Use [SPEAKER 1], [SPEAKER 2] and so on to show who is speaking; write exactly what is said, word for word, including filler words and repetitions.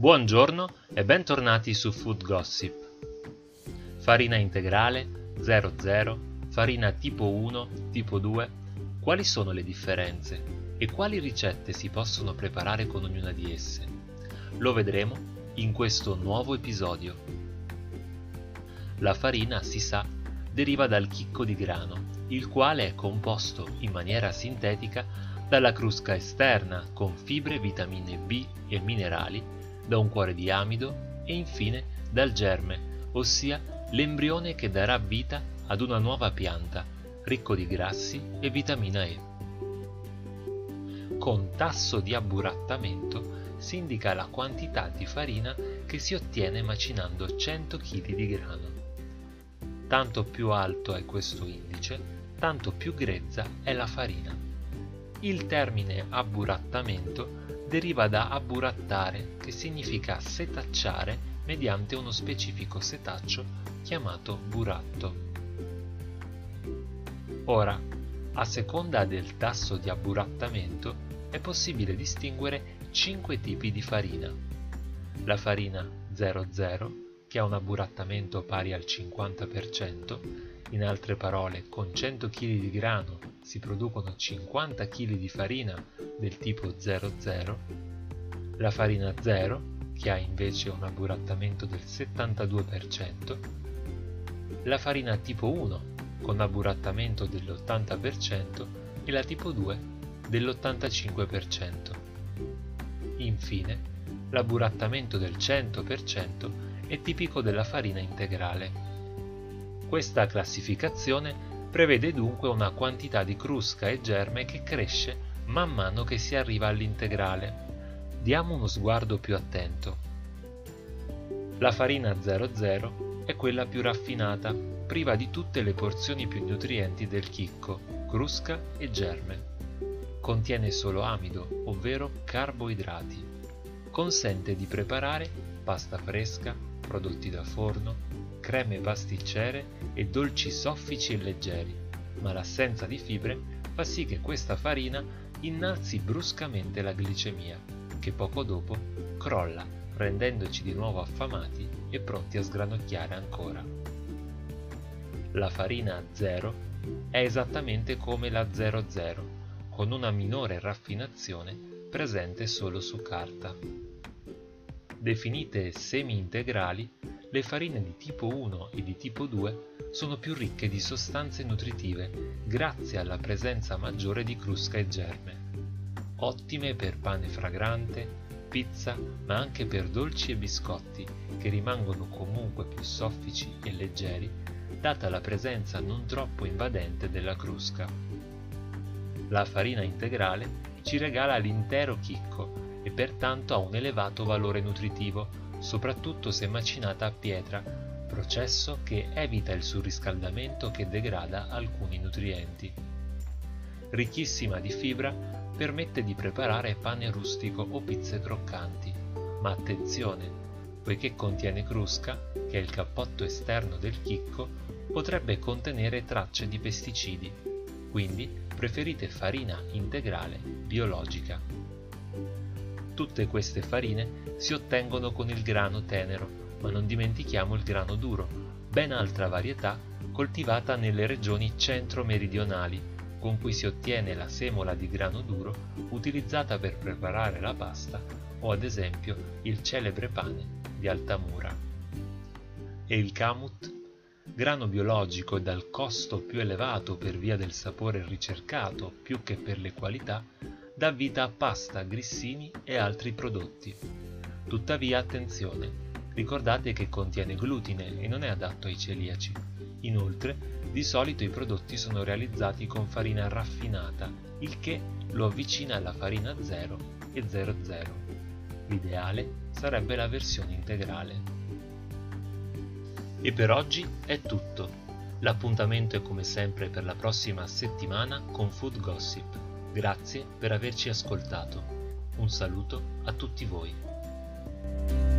[SPEAKER 1] Buongiorno e bentornati su Food Gossip. Farina integrale, zero zero, farina tipo uno, tipo due, quali sono le differenze e quali ricette si possono preparare con ognuna di esse? Lo vedremo in questo nuovo episodio. La farina, si sa, deriva dal chicco di grano, il quale è composto in maniera sintetica dalla crusca esterna con fibre, vitamine B e minerali, da un cuore di amido e infine dal germe, ossia l'embrione che darà vita ad una nuova pianta, ricco di grassi e vitamina E. Con tasso di abburattamento si indica la quantità di farina che si ottiene macinando cento chili di grano. Tanto più alto è questo indice, tanto più grezza è la farina. Il termine abburattamento deriva da abburattare, che significa setacciare mediante uno specifico setaccio chiamato buratto. Ora, a seconda del tasso di abburattamento è possibile distinguere cinque tipi di farina. La farina zero zero, che ha un abburattamento pari al cinquanta per cento, in altre parole, con cento chili di grano si producono cinquanta chili di farina del tipo zero zero, la farina zero, che ha invece un abburattamento del settantadue per cento, la farina tipo uno, con abburattamento dell'ottanta per cento e la tipo due dell'ottantacinque per cento. Infine, l'abburattamento del cento per cento è tipico della farina integrale. Questa classificazione prevede dunque una quantità di crusca e germe che cresce man mano che si arriva all'integrale. Diamo uno sguardo più attento. La farina zero zero è quella più raffinata, priva di tutte le porzioni più nutrienti del chicco, crusca e germe. Contiene solo amido, ovvero carboidrati. Consente di preparare pasta fresca, prodotti da forno, creme pasticcere e dolci soffici e leggeri, ma l'assenza di fibre fa sì che questa farina innalzi bruscamente la glicemia, che poco dopo crolla, rendendoci di nuovo affamati e pronti a sgranocchiare ancora. La farina zero è esattamente come la zero zero, con una minore raffinazione presente solo su carta. Definite semi-integrali, le farine di tipo uno e di tipo due sono più ricche di sostanze nutritive grazie alla presenza maggiore di crusca e germe. Ottime per pane fragrante, pizza, ma anche per dolci e biscotti, che rimangono comunque più soffici e leggeri, data la presenza non troppo invadente della crusca. La farina integrale ci regala l'intero chicco e pertanto ha un elevato valore nutritivo, soprattutto se macinata a pietra, processo che evita il surriscaldamento che degrada alcuni nutrienti. Ricchissima di fibra, permette di preparare pane rustico o pizze croccanti, ma attenzione, poiché contiene crusca, che è il cappotto esterno del chicco, potrebbe contenere tracce di pesticidi, quindi preferite farina integrale biologica. Tutte queste farine si ottengono con il grano tenero, ma non dimentichiamo il grano duro, ben altra varietà coltivata nelle regioni centro-meridionali, con cui si ottiene la semola di grano duro utilizzata per preparare la pasta o ad esempio il celebre pane di Altamura. E il kamut, grano biologico dal costo più elevato per via del sapore ricercato più che per le qualità, dà vita a pasta, grissini e altri prodotti. Tuttavia attenzione, ricordate che contiene glutine e non è adatto ai celiaci. Inoltre, di solito i prodotti sono realizzati con farina raffinata, il che lo avvicina alla farina zero e zero zero. L'ideale sarebbe la versione integrale. E per oggi è tutto. L'appuntamento è come sempre per la prossima settimana con Food Gossip. Grazie per averci ascoltato. Un saluto a tutti voi.